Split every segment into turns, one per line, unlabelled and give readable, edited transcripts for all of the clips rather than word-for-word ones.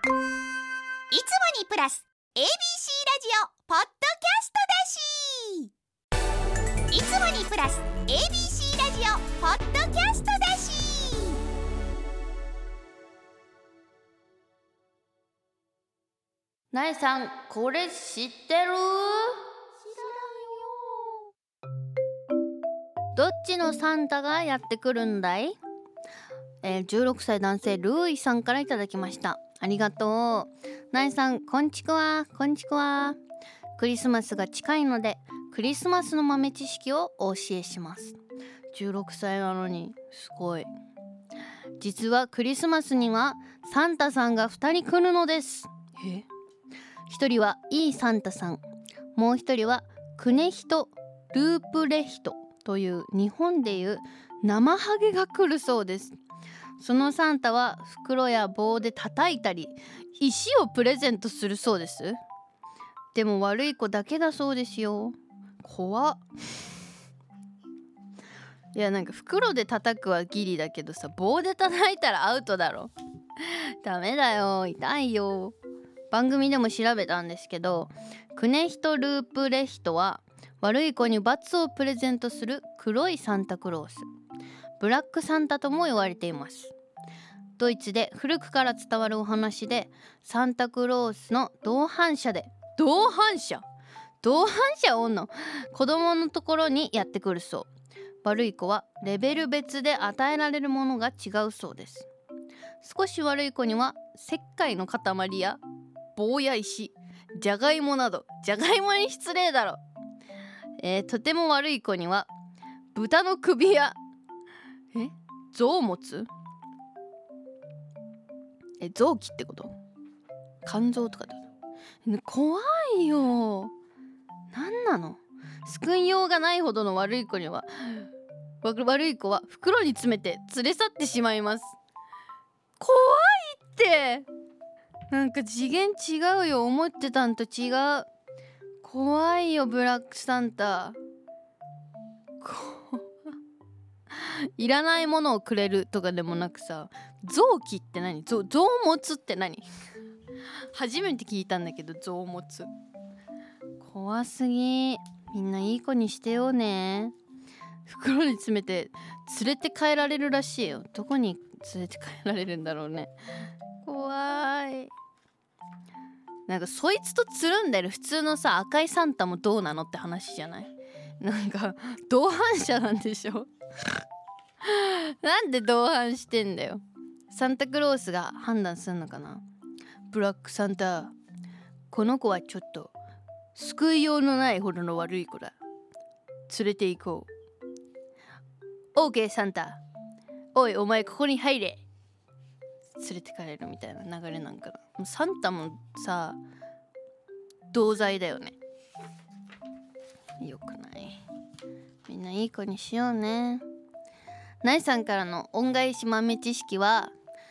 いつもにプラス ABC ラジオポッドキャストだし、いつもにプラス ABC ラジオポッドキャストだし。
なえさん、これ知ってる？どっちのサンタがやってくるんだい？16歳男性ルーイさんからいただきました。ありがとう。なえさん、こんちくわ。こんちくわ。クリスマスが近いのでクリスマスの豆知識をお教えします。16歳なのにすごい。実はクリスマスにはサンタさんが2人来るのです。1人はいいサンタさん、もう1人はクネヒト・ループレヒトという日本でいう生ハゲが来るそうです。そのサンタは袋や棒で叩いたり石をプレゼントするそうです。でも悪い子だけだそうですよ。怖っ。いや、なんか袋で叩くはギリだけどさ、棒で叩いたらアウトだろ。ダメだよ、痛いよ。番組でも調べたんですけど、クネヒト・ループレヒトは悪い子に罰をプレゼントする黒いサンタクロース、ブラックサンタとも言われています。ドイツで古くから伝わるお話で、サンタクロースの同伴者おんの子供のところにやってくるそう。悪い子はレベル別で与えられるものが違うそうです。少し悪い子には石灰の塊や棒や石、じゃがいもなど、じゃがいもに失礼だろ。とても悪い子には豚の首や臓物、臓器ってこと？肝臓とかってこと？怖いよ。なんなの？救いようがないほどの悪い子は袋に詰めて連れ去ってしまいます。怖いって。なんか次元違うよ。思ってたんと違う。怖いよ、ブラックサンタ。いらないものをくれるとかでもなくさ、臓器って何？臓物って何？初めて聞いたんだけど、臓物。怖すぎ。みんないい子にしてよね。袋に詰めて連れて帰られるらしいよ。どこに連れて帰られるんだろうね。怖い。なんかそいつとつるんでる普通のさ赤いサンタもどうなのって話じゃない？なんか同伴者なんでしょ。なんで同伴してんだよ。サンタクロースが判断するのかな。ブラックサンタ、この子はちょっと救いようのないほどの悪い子だ、連れて行こう。 OK サンタ、おいお前ここに入れ、連れて帰れるみたいな流れなんかな。サンタもさ同罪だよね。よくない。みんないい子にしようね。ナイさんからの恩返し豆知識は、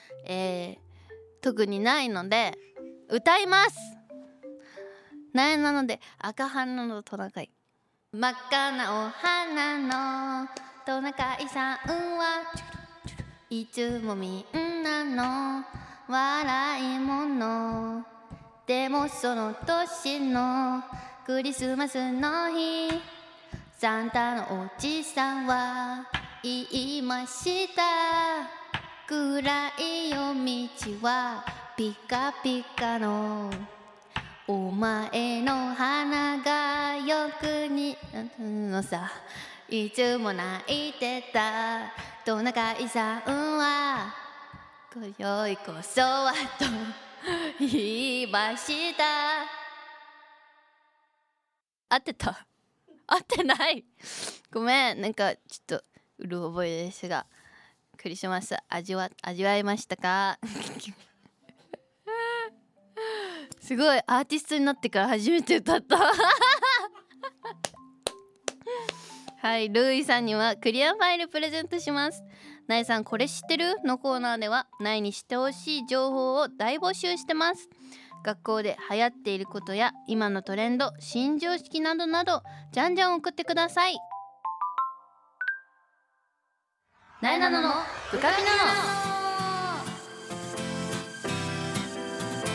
特にないので歌います。苗なので赤花のトナカイ、真っ赤なお花のトナカイさんはいつもみんなの笑い者。でもその年のクリスマスの日、サンタのおじさんは言いました。暗い夜道はピカピカのお前の花がよく似合うのさ。いつも泣いてたトナカイさんは今宵こそはと言いました。合ってた？合ってない。ごめん。なんかちょっとうる覚えですが、クリスマス味わいましたか？すごいアーティストになってから初めて歌ったはい、ルーイさんにはクリアファイルプレゼントします。ナエさんこれ知ってる？のコーナーではナエに知ってほしい情報を大募集してます。学校で流行っていることや今のトレンド、新常識などなどじゃんじゃん送ってください。ナエナノのブカピナノ。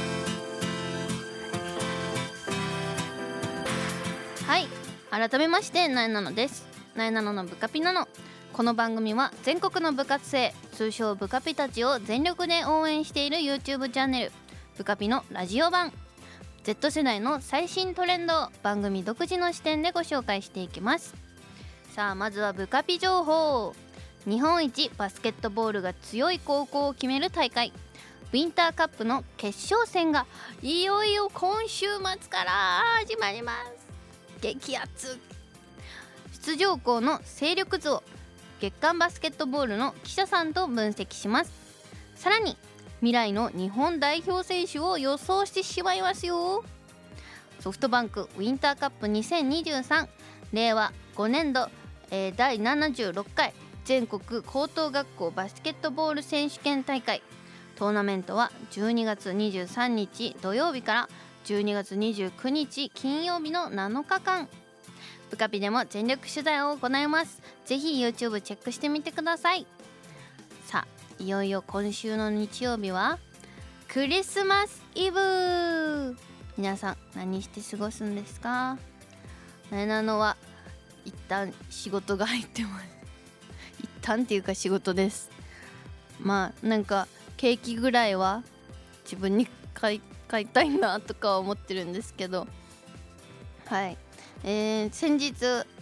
改めましてなえなのです。なえなののブカピなの。この番組は全国の部活生、通称ブカピたちを全力で応援している YouTube チャンネルブカピのラジオ版。 Z 世代の最新トレンドを番組独自の視点でご紹介していきます。さあまずはブカピ情報。日本一バスケットボールが強い高校を決める大会、ウィンターカップの決勝戦がいよいよ今週末から始まります。激アツ。出場校の勢力図を月刊バスケットボールの記者さんと分析します。さらに未来の日本代表選手を予想してしまいますよ。ソフトバンクウィンターカップ2023令和5年度、第76回全国高等学校バスケットボール選手権大会。トーナメントは12月23日土曜日から12月29日金曜日の7日間、ブカピでも全力取材を行います。ぜひ YouTube チェックしてみてください。さあいよいよ今週の日曜日はクリスマスイブ。皆さん何して過ごすんですか？なえなのは一旦仕事が入ってます。一旦っていうか仕事です。まあなんかケーキぐらいは自分に買いたいなとかは思ってるんですけど、はい、先日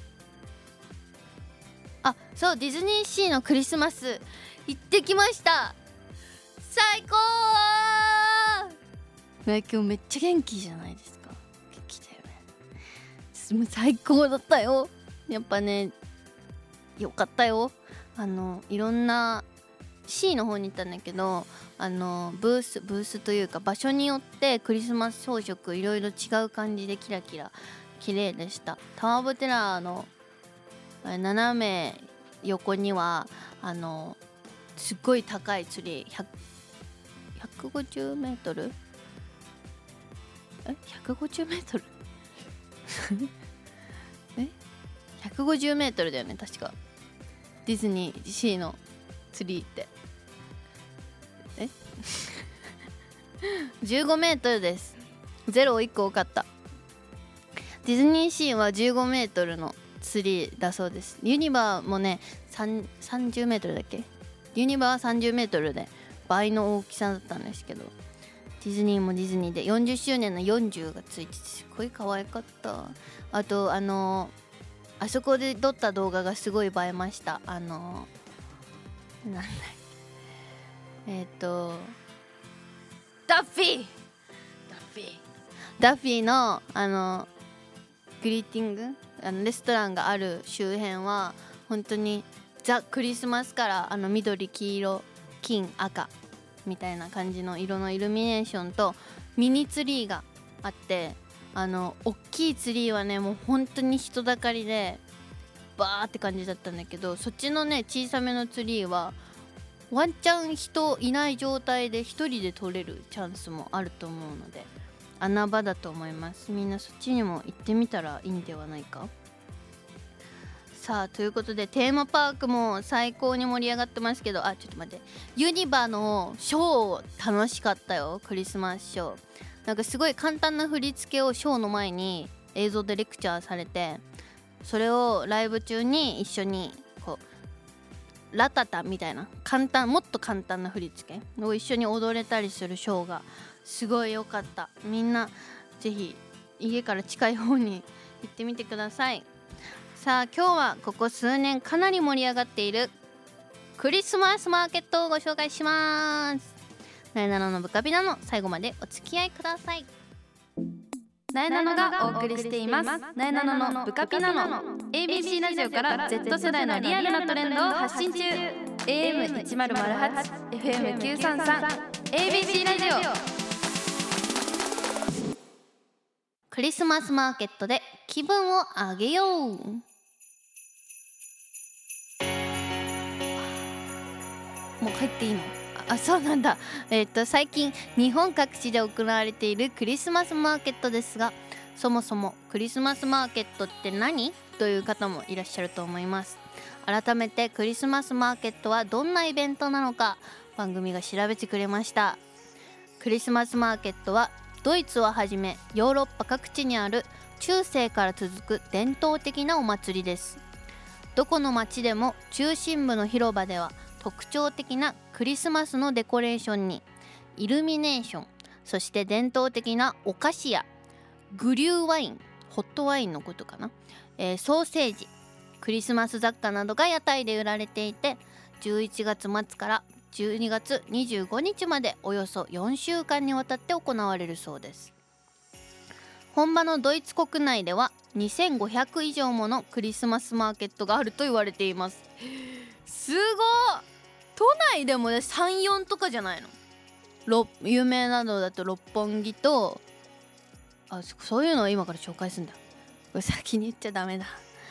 そうディズニーシーのクリスマス行ってきました。最高ー。今日めっちゃ元気じゃないですか。元気だよね。最高だったよ。やっぱねよかったよ。いろんな C の方に行ったんだけど、ブースというか場所によってクリスマス装飾いろいろ違う感じでキラキラ綺麗でした。タワー・オブ・テラーの斜め横にはすっごい高いツリー150メートル150メートル150メートルだよね確か。ディズニーシーのツリーって15メートルです。ゼロ1個多かった。ディズニーシーは15メートルのツリーだそうです。ユニバーもね30メートルだっけ。ユニバーは30メートルで倍の大きさだったんですけど、ディズニーもディズニーで40周年の40がついててすごい可愛かった。あとあそこで撮った動画がすごい映えました。なんだダッフィーのグリーティングレストランがある周辺は本当にザ・クリスマスカラー、緑黄色金赤みたいな感じの色のイルミネーションとミニツリーがあって、大きいツリーはねもう本当に人だかりでバーって感じだったんだけど、そっちのね小さめのツリーはワンチャン人いない状態で一人で撮れるチャンスもあると思うので穴場だと思います。みんなそっちにも行ってみたらいいんではないか。さあということでテーマパークも最高に盛り上がってますけど、ちょっと待って、ユニバのショー楽しかったよ。クリスマスショーなんかすごい簡単な振り付けをショーの前に映像でレクチャーされて、それをライブ中に一緒にこうラタタみたいなもっと簡単な振り付けを一緒に踊れたりするショーがすごい良かった。みんなぜひ家から近い方に行ってみてください。さあ今日はここ数年かなり盛り上がっているクリスマスマーケットをご紹介します。なえなののブカピナの最後までお付き合いください。
なえなのがお送りしています。なえなののブカピナの ABC ラジオから Z 世代のリアルなトレンドを発信中。 AM1008 FM933 ABC ラジオ。
クリスマスマーケットで気分を上げよう。もう入っていいの？そうなんだ。最近日本各地で行われているクリスマスマーケットですが、そもそもクリスマスマーケットって何？という方もいらっしゃると思います。改めてクリスマスマーケットはどんなイベントなのか番組が調べてくれました。クリスマスマーケットはドイツをはじめヨーロッパ各地にある中世から続く伝統的なお祭りです。どこの町でも中心部の広場では特徴的なクリスマスのデコレーションにイルミネーション、そして伝統的なお菓子やグリューワイン、ホットワインのことかな、ソーセージ、クリスマス雑貨などが屋台で売られていて、11月末から12月25日までおよそ4週間にわたって行われるそうです。本場のドイツ国内では2500以上ものクリスマスマーケットがあると言われています。すごい。都内でも 3,4 とかじゃないの？有名なのだと六本木と、そういうのを今から紹介するんだ。これ先に言っちゃダメだ。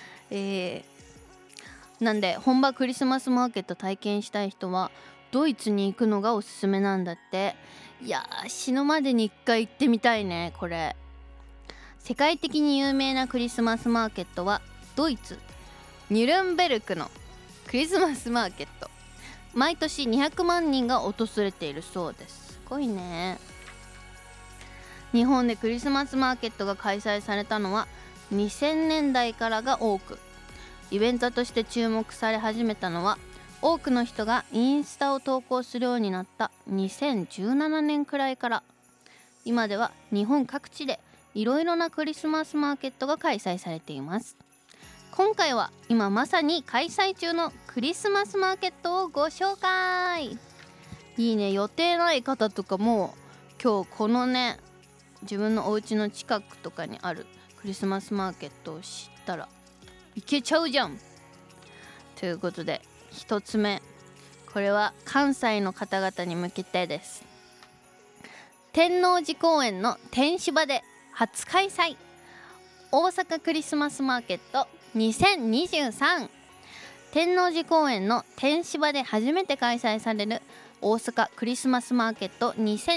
なんで本場クリスマスマーケット体験したい人はドイツに行くのがおすすめなんだって。いやー、死ぬまでに一回行ってみたいねこれ。世界的に有名なクリスマスマーケットはドイツニュルンベルクのクリスマスマーケット。毎年200万人が訪れているそうです。すごいね。日本でクリスマスマーケットが開催されたのは2000年代からが多く、イベントとして注目され始めたのは多くの人がインスタを投稿するようになった2017年くらいから。今では日本各地でいろいろなクリスマスマーケットが開催されています。今回は今まさに開催中のクリスマスマーケットをご紹介。いいね。予定ない方とかも今日このね、自分のお家の近くとかにあるクリスマスマーケットを知ったら行けちゃうじゃん。ということで1つ目、これは関西の方々に向けてです。天王寺公園の天芝で初開催、大阪クリスマスマーケット2023。天王寺公園の天芝で初めて開催される大阪クリスマスマーケット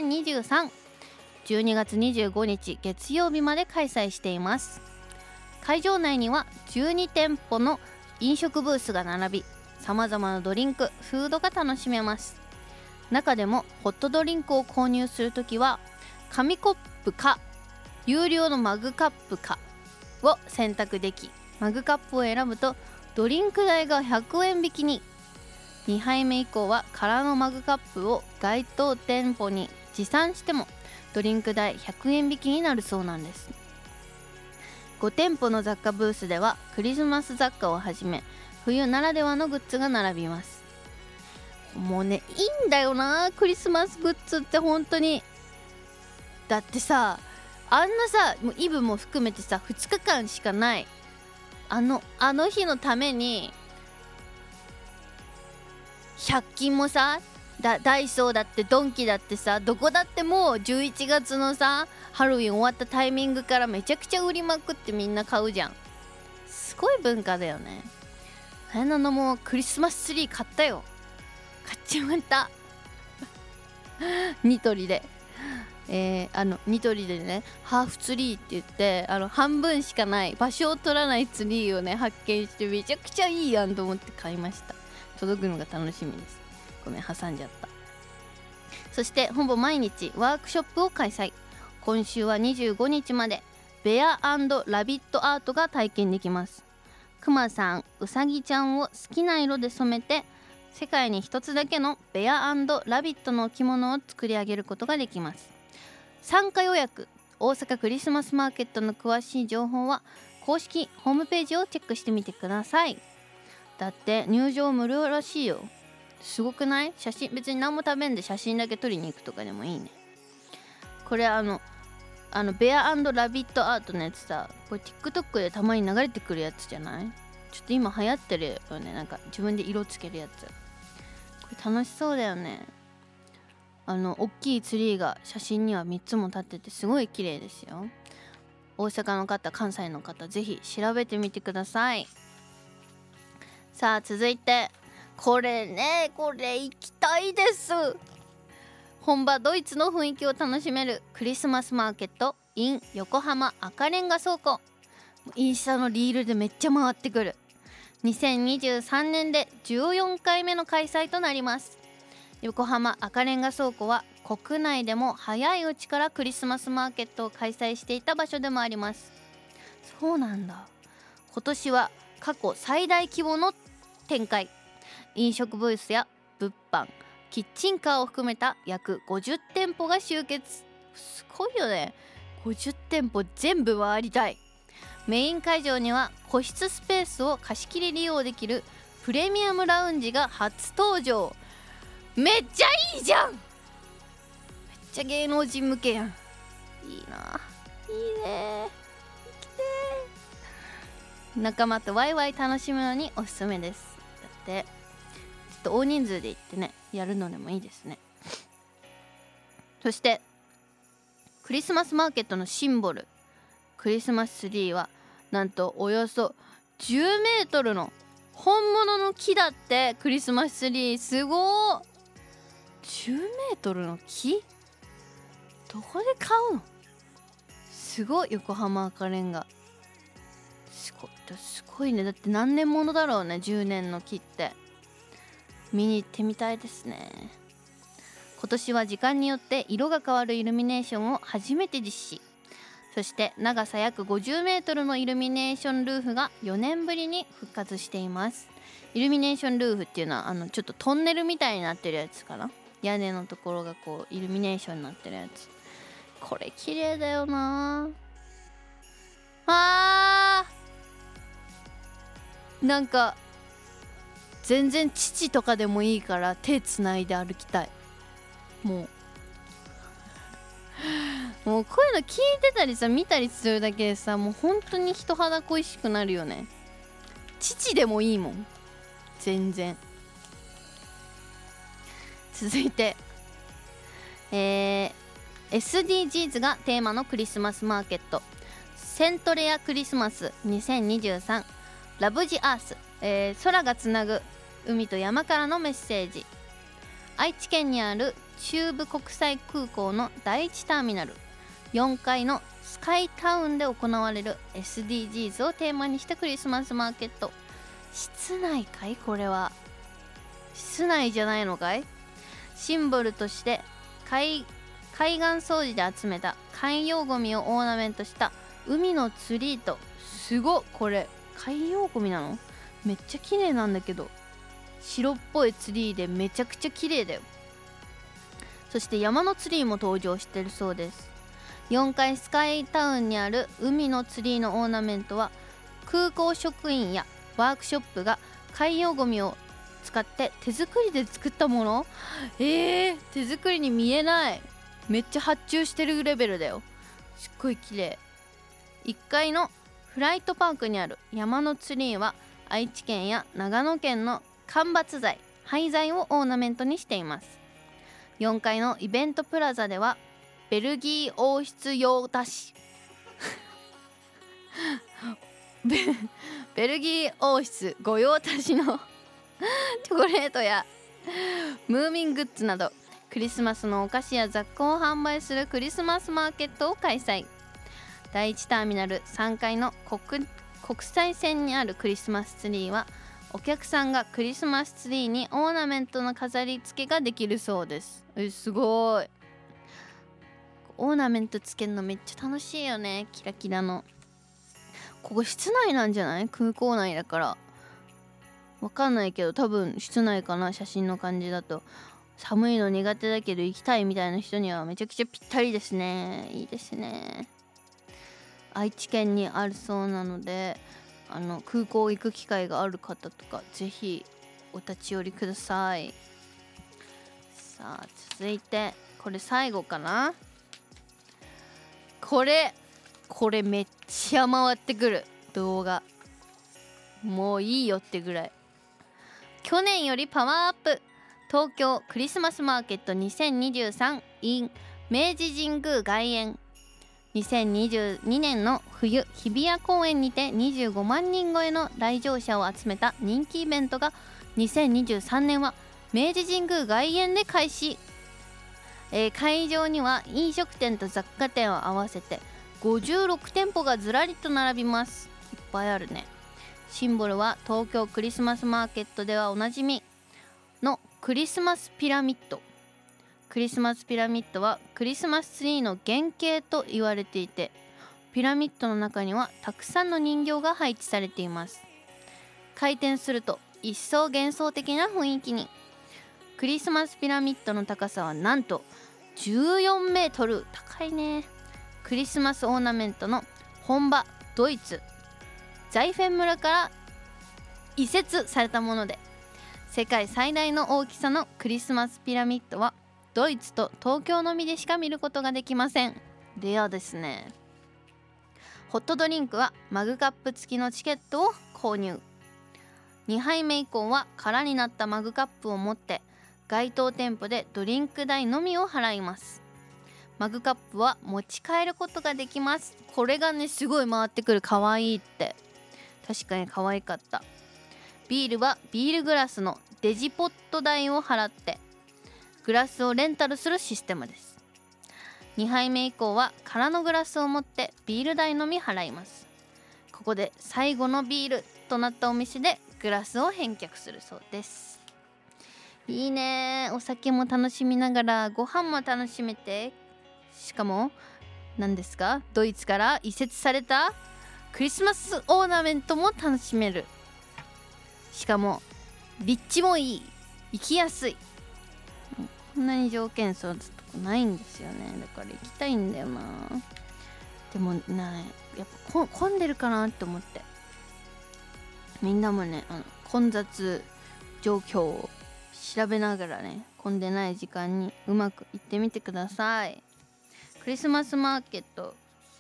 2023、12月25日月曜日まで開催しています。会場内には12店舗の飲食ブースが並び、さまざまなドリンク、フードが楽しめます。中でもホットドリンクを購入するときは紙コップか有料のマグカップかを選択でき、マグカップを選ぶとドリンク代が100円引きに。2杯目以降は空のマグカップを該当店舗に持参してもドリンク代100円引きになるそうなんです。5店舗の雑貨ブースではクリスマス雑貨をはじめ冬ならではのグッズが並びます。もうね、いいんだよなクリスマスグッズって本当に。だってさ、あんなさ、もうイブも含めてさ2日間しかないあの日のために100均もさ、ダイソーだってドンキだってさ、どこだってもう11月のさハロウィン終わったタイミングからめちゃくちゃ売りまくってみんな買うじゃん。すごい文化だよね。あのもうクリスマスツリー買ったよ。買っちまったニトリでニトリでね、ハーフツリーって言って半分しかない場所を取らないツリーをね発見して、めちゃくちゃいいやんと思って買いました。届くのが楽しみです。ごめん、挟んじゃった。そしてほぼ毎日ワークショップを開催。今週は25日までベア&ラビットアートが体験できます。クマさん、ウサギちゃんを好きな色で染めて世界に一つだけのベア&ラビットの置物を作り上げることができます。参加予約、大阪クリスマスマーケットの詳しい情報は公式ホームページをチェックしてみてください。だって入場無料らしいよ。すごくない？写真、別に何も食べんで写真だけ撮りに行くとかでもいいね。これベア&ラビットアートのやつさ、これ TikTok でたまに流れてくるやつじゃない？ちょっと今流行ってるよね。なんか自分で色つけるやつ。これ楽しそうだよね。大きいツリーが写真には3つも立っててすごい綺麗ですよ。大阪の方、関西の方、ぜひ調べてみてください。さあ続いてこれ行きたいです。本場ドイツの雰囲気を楽しめるクリスマスマーケット in 横浜赤レンガ倉庫。インスタのリールでめっちゃ回ってくる。2023年で14回目の開催となります。横浜赤レンガ倉庫は国内でも早いうちからクリスマスマーケットを開催していた場所でもあります。 そうなんだ。今年は過去最大規模の展開、飲食ブースや物販、キッチンカーを含めた約50店舗が集結。すごいよね。50店舗全部回りたい。メイン会場には個室スペースを貸し切り利用できるプレミアムラウンジが初登場。めっちゃいいじゃん。めっちゃ芸能人向けやん。いいな、いいね、来て。仲間とワイワイ楽しむのにおすすめです。だってちょっと大人数で行ってね、やるのでもいいですね。そしてクリスマスマーケットのシンボル、クリスマスツリーはなんとおよそ10メートルの本物の木だって。クリスマスツリーすごー。10メートルの木どこで買うの。すごい。横浜赤レンガすごいね。だって何年ものだろうね、10年の木って。見に行ってみたいですね。今年は時間によって色が変わるイルミネーションを初めて実施。そして長さ約50メートルのイルミネーションルーフが4年ぶりに復活しています。イルミネーションルーフっていうのはちょっとトンネルみたいになってるやつかな。屋根のところがこうイルミネーションになってるやつ。これ綺麗だよなあ。なんか全然父とかでもいいから手つないで歩きたい。もうこういうの聞いてたりさ、見たりするだけでさ、もう本当に人肌恋しくなるよね。父でもいいもん全然。続いてSDGs がテーマのクリスマスマーケット、セントレアクリスマス2023ラブジアース、空がつなぐ海と山からのメッセージ。愛知県にある中部国際空港の第1ターミナル4階のスカイタウンで行われる SDGs をテーマにしたクリスマスマーケット。室内かい。これは室内じゃないのかい。シンボルとして海岸掃除で集めた海洋ゴミをオーナメントした海のツリーと、すごっ。これ海洋ゴミなの。めっちゃ綺麗なんだけど、白っぽいツリーでめちゃくちゃ綺麗だよ。そして山のツリーも登場してるそうです。4階スカイタウンにある海のツリーのオーナメントは空港職員やワークショップが海洋ゴミを使って手作りで作ったもの。手作りに見えない。めっちゃ発注してるレベルだよ。すっごい綺麗。1階のフライトパークにある山のツリーは愛知県や長野県の間伐材、廃材をオーナメントにしています。4階のイベントプラザではベルギー王室用菓子ベルギー王室御用達のチョコレートやムーミングッズなどクリスマスのお菓子や雑貨を販売するクリスマスマーケットを開催。第1ターミナル3階の国際線にあるクリスマスツリーはお客さんがクリスマスツリーにオーナメントの飾り付けができるそうです。すごい。オーナメントつけるのめっちゃ楽しいよね。キラキラの。ここ室内なんじゃない？空港内だからわかんないけど、多分室内かな。写真の感じだと。寒いの苦手だけど行きたいみたいな人にはめちゃくちゃぴったりですね。いいですね。愛知県にあるそうなので、空港行く機会がある方とかぜひお立ち寄りください。さあ続いてこれ最後かな。これめっちゃ回ってくる動画。もういいよってぐらい。去年よりパワーアップ、東京クリスマスマーケット2023 in 明治神宮外苑。2022年の冬、日比谷公園にて25万人超えの来場者を集めた人気イベントが2023年は明治神宮外苑で開始。会場には飲食店と雑貨店を合わせて56店舗がずらりと並びます。いっぱいあるね。シンボルは東京クリスマスマーケットではおなじみのクリスマスピラミッド。クリスマスピラミッドはクリスマスツリーの原型と言われていて、 ピラミッドの中にはたくさんの人形が配置されています。回転すると一層幻想的な雰囲気に。クリスマスピラミッドの高さはなんと14メートル、高いね。クリスマスオーナメントの本場ドイツザイフェン村から移設されたもので、世界最大の大きさのクリスマスピラミッドはドイツと東京のみでしか見ることができません。レアですね。ホットドリンクはマグカップ付きのチケットを購入。2杯目以降は空になったマグカップを持って該当店舗でドリンク代のみを払います。マグカップは持ち帰ることができます。これがねすごい回ってくる、かわいいって。確かに可愛かった。ビールはビールグラスのデジポット代を払ってグラスをレンタルするシステムです。2杯目以降は空のグラスを持ってビール代のみ払います。ここで最後のビールとなったお店でグラスを返却するそうです。いいね。お酒も楽しみながらご飯も楽しめて、しかも何ですか、ドイツから移設されたクリスマスオーナメントも楽しめる。しかも立地もいい、行きやすい。こんなに条件そうなとこないんですよね。だから行きたいんだよな。でもね、やっぱ混んでるかなって思って、みんなもね混雑状況を調べながらね、混んでない時間にうまく行ってみてください。クリスマスマーケット、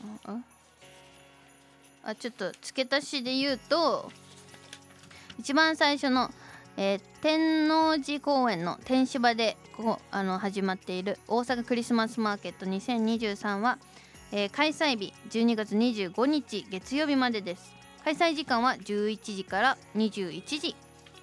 ちょっと付け足しで言うと、一番最初の、天王寺公園の天芝で始まっている大阪クリスマスマーケット2023は、開催日12月25日月曜日までです。開催時間は11時から21時。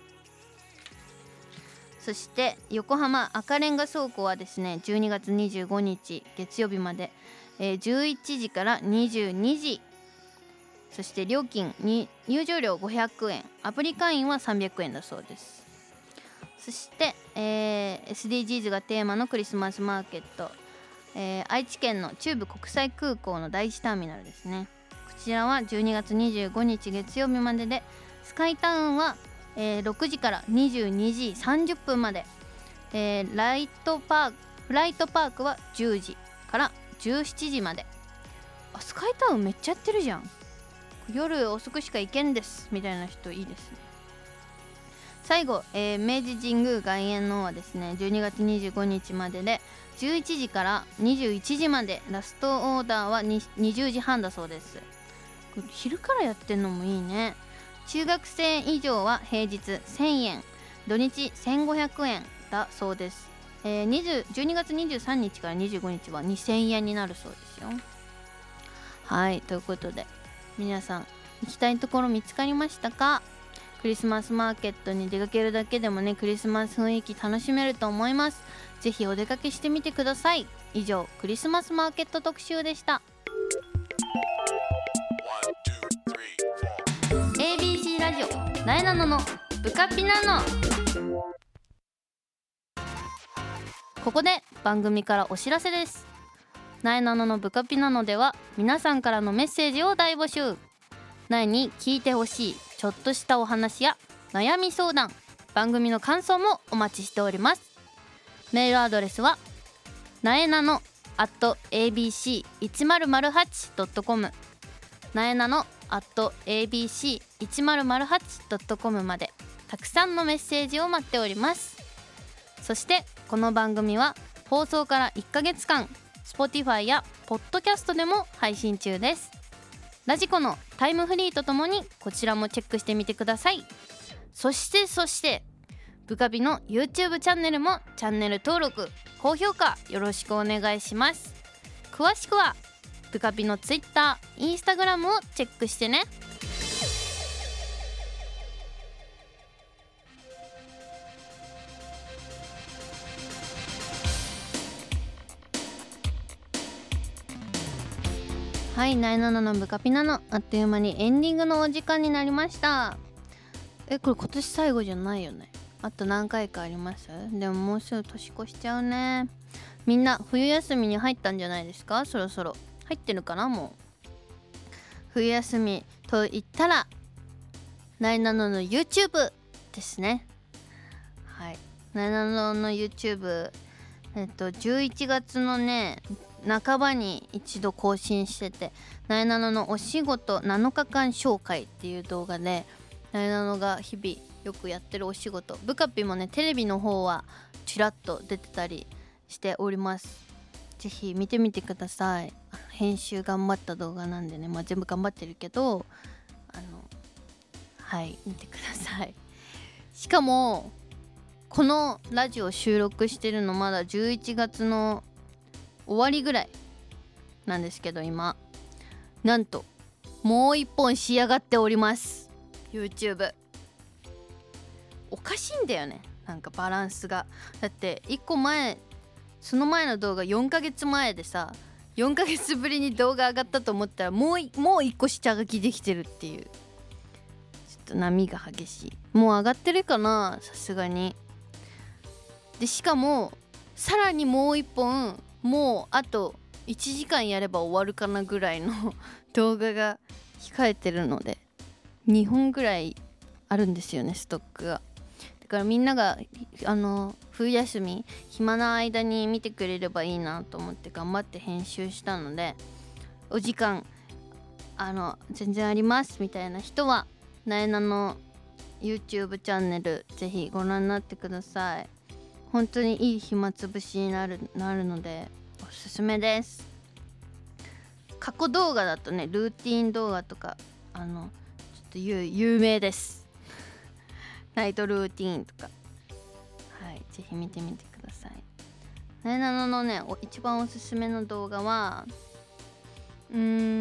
そして横浜赤レンガ倉庫はですね、12月25日月曜日まで、11時から22時。そして料金に入場料500円、アプリ会員は300円だそうです。そして、SDGs がテーマのクリスマスマーケット、愛知県の中部国際空港の第一ターミナルですね。こちらは12月25日月曜日までで、スカイタウンは、6時から22時30分まで、フライトパークは10時から17時まで。スカイタウンめっちゃやってるじゃん。夜遅くしか行けんですみたいな人いいですね。最後、明治神宮外苑のはですね、12月25日までで11時から21時まで。ラストオーダーは20時半だそうです。昼からやってんのもいいね。中学生以上は平日1000円、土日1500円だそうです。12月23日から25日は2000円になるそうですよ。はい、ということで皆さん行きたいところ見つかりましたか？クリスマスマーケットに出かけるだけでもね、クリスマス雰囲気楽しめると思います。ぜひお出かけしてみてください。以上、クリスマスマーケット特集でした。 ABC ラジオなえなののブカピナノ。ここで番組からお知らせです。なえなののブカピナノでは皆さんからのメッセージを大募集。なえに聞いてほしいちょっとしたお話や悩み相談、番組の感想もお待ちしております。メールアドレスはなえなの@abc1008.com、 なえなの@abc1008.com までたくさんのメッセージを待っております。そしてこの番組は放送から1ヶ月間 Spotify や Podcast でも配信中です。ラジコのタイムフリーとともにこちらもチェックしてみてください。そしてブカビの YouTube チャンネルもチャンネル登録、高評価よろしくお願いします。詳しくはブカビの Twitter、Instagram をチェックしてね。はい、なえなののブカピナのあっという間にエンディングのお時間になりました。これ今年最後じゃないよね。あと何回かあります？でももうすぐ年越しちゃうね。みんな冬休みに入ったんじゃないですか？そろそろ入ってるかな。も冬休みと言ったらなえなのの YouTube ですね。はい、なえなのの YouTube 11月のね半ばに一度更新してて、なえなののお仕事7日間紹介っていう動画で、なえなのが日々よくやってるお仕事、ブカピもねテレビの方はちらっと出てたりしております。ぜひ見てみてください。編集頑張った動画なんでね、全部頑張ってるけどはい見てください。しかもこのラジオ収録してるのまだ11月の終わりぐらいなんですけど、今なんともう一本仕上がっております。 YouTube おかしいんだよね、なんかバランスが。だって1個前、その前の動画4ヶ月前でさ、4ヶ月ぶりに動画上がったと思ったらもう1個下書きできてるっていう、ちょっと波が激しい。もう上がってるかな、さすがに。でしかもさらにもう1本、もうあと1時間やれば終わるかなぐらいの動画が控えてるので、2本ぐらいあるんですよね、ストックが。だからみんなが冬休み暇な間に見てくれればいいなと思って頑張って編集したので、お時間全然ありますみたいな人はなえなの YouTube チャンネルぜひご覧になってください。本当にいい暇つぶしになるのでおすすめです。過去動画だとね、ルーティン動画とかちょっと有名ですナイトルーティーンとか、はい、ぜひ見てみてください。なえなののね一番おすすめの動画はな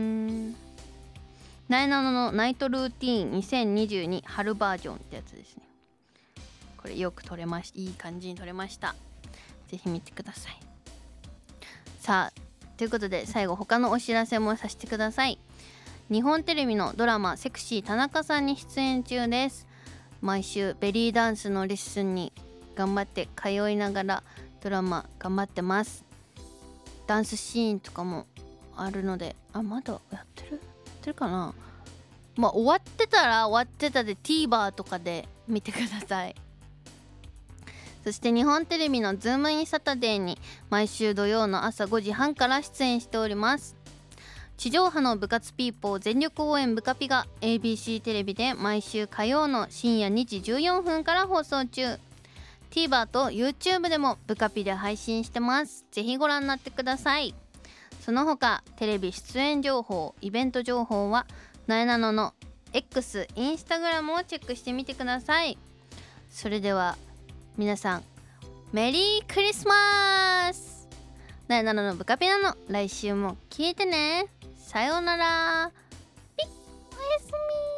えなののナイトルーティーン2022春バージョンってやつですね。これよく撮れました、いい感じに撮れました。ぜひ見てください。さあということで最後他のお知らせもさせてください。日本テレビのドラマセクシー田中さんに出演中です。毎週ベリーダンスのレッスンに頑張って通いながらドラマ頑張ってます。ダンスシーンとかもあるので、まだやってるかな。終わってたら終わってたで TVer とかで見てください。そして日本テレビのズームインサタデーに毎週土曜の朝5時半から出演しております。地上波の部活ピーポー全力応援ブカピが ABC テレビで毎週火曜の深夜2時14分から放送中。 TVer と YouTube でもブカピで配信してます。ぜひご覧になってください。その他テレビ出演情報、イベント情報はなえなのの X、インスタグラムをチェックしてみてください。それでは皆さんメリークリスマス。なえなののブカピなの、来週も聞いてね。さようなら。おやすみ。